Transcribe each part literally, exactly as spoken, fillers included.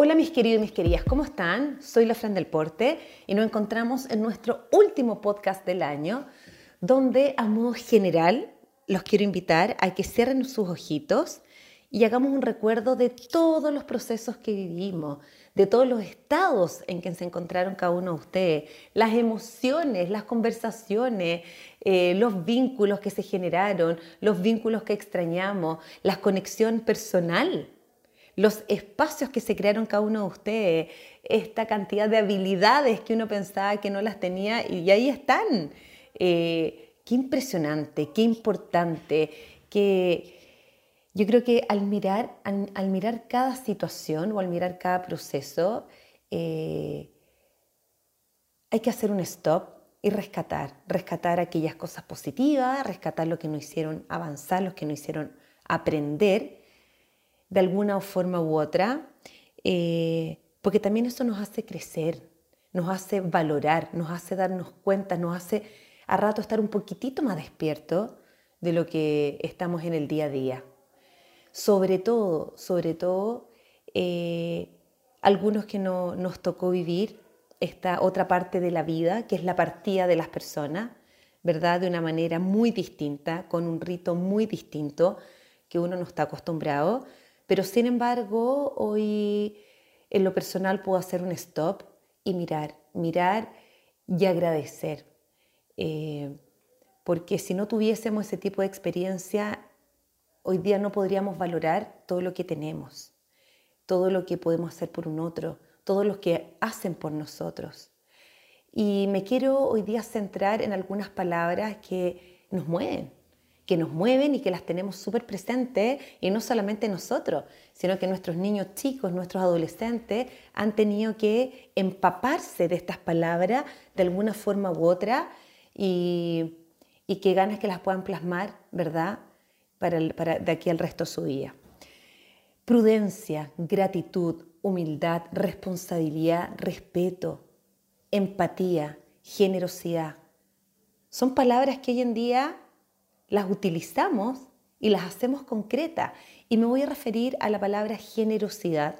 Hola mis queridos y mis queridas, ¿cómo están? Soy la Fran del Porte y nos encontramos en nuestro último podcast del año, donde a modo general los quiero invitar a que cierren sus ojitos y hagamos un recuerdo de todos los procesos que vivimos, de todos los estados en que se encontraron cada uno de ustedes, las emociones, las conversaciones, eh, los vínculos que se generaron, los vínculos que extrañamos, la conexión personal, los espacios que se crearon cada uno de ustedes, esta cantidad de habilidades que uno pensaba que no las tenía y ahí están. Eh, qué impresionante, qué importante, que yo creo que al mirar, al, al mirar cada situación o al mirar cada proceso, eh, hay que hacer un stop y rescatar, rescatar aquellas cosas positivas, rescatar lo que nos hicieron avanzar, lo que nos hicieron aprender, de alguna forma u otra, eh, porque también eso nos hace crecer, nos hace valorar, nos hace darnos cuenta, nos hace a rato estar un poquitito más despiertos de lo que estamos en el día a día. Sobre todo, sobre todo, eh, algunos que no, nos tocó vivir esta otra parte de la vida, que es la partida de las personas, ¿verdad? De una manera muy distinta, con un rito muy distinto que uno no está acostumbrado. Pero sin embargo, hoy en lo personal puedo hacer un stop y mirar, mirar y agradecer. Eh, porque si no tuviésemos ese tipo de experiencia, hoy día no podríamos valorar todo lo que tenemos, todo lo que podemos hacer por un otro, todo lo que hacen por nosotros. Y me quiero hoy día centrar en algunas palabras que nos mueven, que nos mueven y que las tenemos súper presentes, y no solamente nosotros, sino que nuestros niños chicos, nuestros adolescentes han tenido que empaparse de estas palabras de alguna forma u otra y, y que ganas que las puedan plasmar, ¿verdad?, para, el, para de aquí al resto de su vida. Prudencia, gratitud, humildad, responsabilidad, respeto, empatía, generosidad. Son palabras que hoy en día las utilizamos y las hacemos concretas. Y me voy a referir a la palabra generosidad,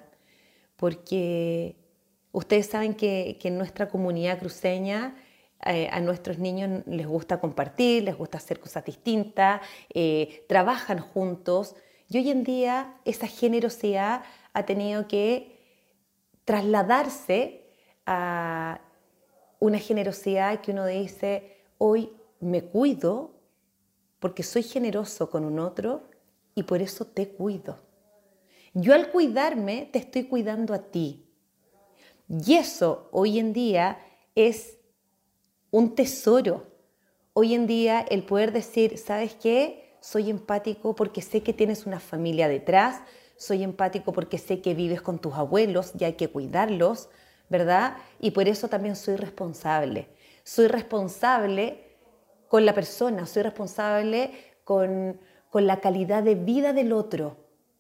porque ustedes saben que, que en nuestra comunidad cruceña eh, a nuestros niños les gusta compartir, les gusta hacer cosas distintas, eh, trabajan juntos. Y hoy en día esa generosidad ha tenido que trasladarse a una generosidad que uno dice, hoy me cuido, porque soy generoso con un otro y por eso te cuido. Yo al cuidarme te estoy cuidando a ti. Y eso hoy en día es un tesoro. Hoy en día el poder decir, ¿sabes qué? Soy empático porque sé que tienes una familia detrás, soy empático porque sé que vives con tus abuelos y hay que cuidarlos, ¿verdad? Y por eso también soy responsable. Soy responsable con la persona, soy responsable con, con la calidad de vida del otro.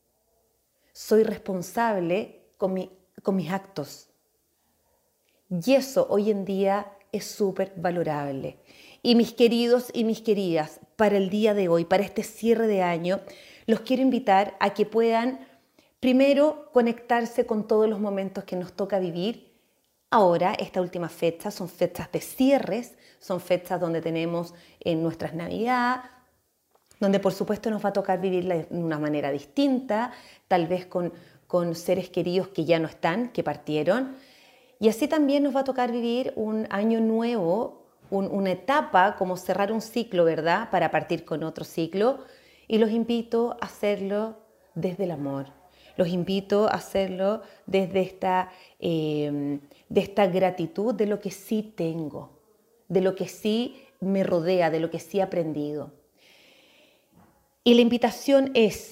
Soy responsable con, mi, con mis actos. Y eso hoy en día es súper valorable. Y mis queridos y mis queridas, para el día de hoy, para este cierre de año, los quiero invitar a que puedan primero conectarse con todos los momentos que nos toca vivir. Ahora, esta última fecha, son fechas de cierres, son fechas donde tenemos en nuestras Navidad, donde por supuesto nos va a tocar vivirla de una manera distinta, tal vez con, con seres queridos que ya no están, que partieron. Y así también nos va a tocar vivir un año nuevo, un, una etapa, como cerrar un ciclo, ¿verdad?, para partir con otro ciclo. Y los invito a hacerlo desde el amor. Los invito a hacerlo desde esta, eh, de esta gratitud de lo que sí tengo, de lo que sí me rodea, de lo que sí he aprendido. Y la invitación es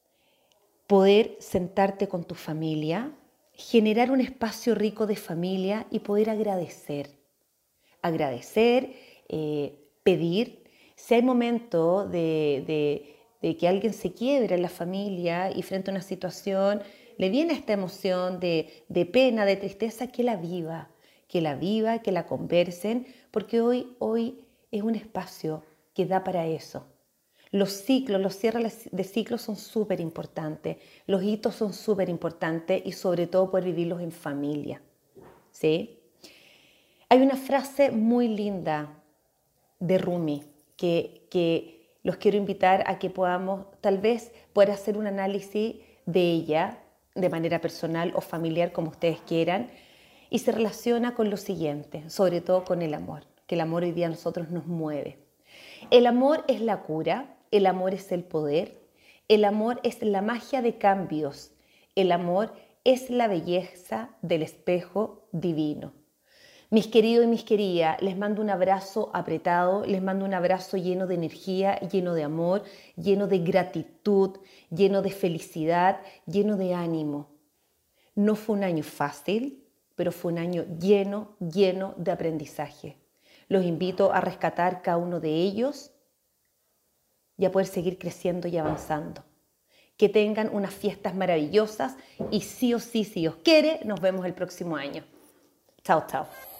poder sentarte con tu familia, generar un espacio rico de familia y poder agradecer. Agradecer, eh, pedir. Si hay momentos de... de de que alguien se quiebra en la familia y frente a una situación le viene esta emoción de, de pena, de tristeza, que la viva, que la viva, que la conversen, porque hoy, hoy es un espacio que da para eso, Los ciclos, los cierres de ciclos son súper importantes, los hitos son súper importantes y sobre todo poder vivirlos en familia, ¿sí? Hay una frase muy linda de Rumi que, que los quiero invitar a que podamos tal vez poder hacer un análisis de ella de manera personal o familiar, como ustedes quieran, y se relaciona con lo siguiente, sobre todo con el amor, que el amor hoy día a nosotros nos mueve. El amor es la cura, el amor es el poder, el amor es la magia de cambios, el amor es la belleza del espejo divino. Mis queridos y mis queridas, les mando un abrazo apretado, les mando un abrazo lleno de energía, lleno de amor, lleno de gratitud, lleno de felicidad, lleno de ánimo. No fue un año fácil, pero fue un año lleno, lleno de aprendizaje. Los invito a rescatar cada uno de ellos y a poder seguir creciendo y avanzando. Que tengan unas fiestas maravillosas y sí o sí, si Dios quiere, nos vemos el próximo año. Chao, chao.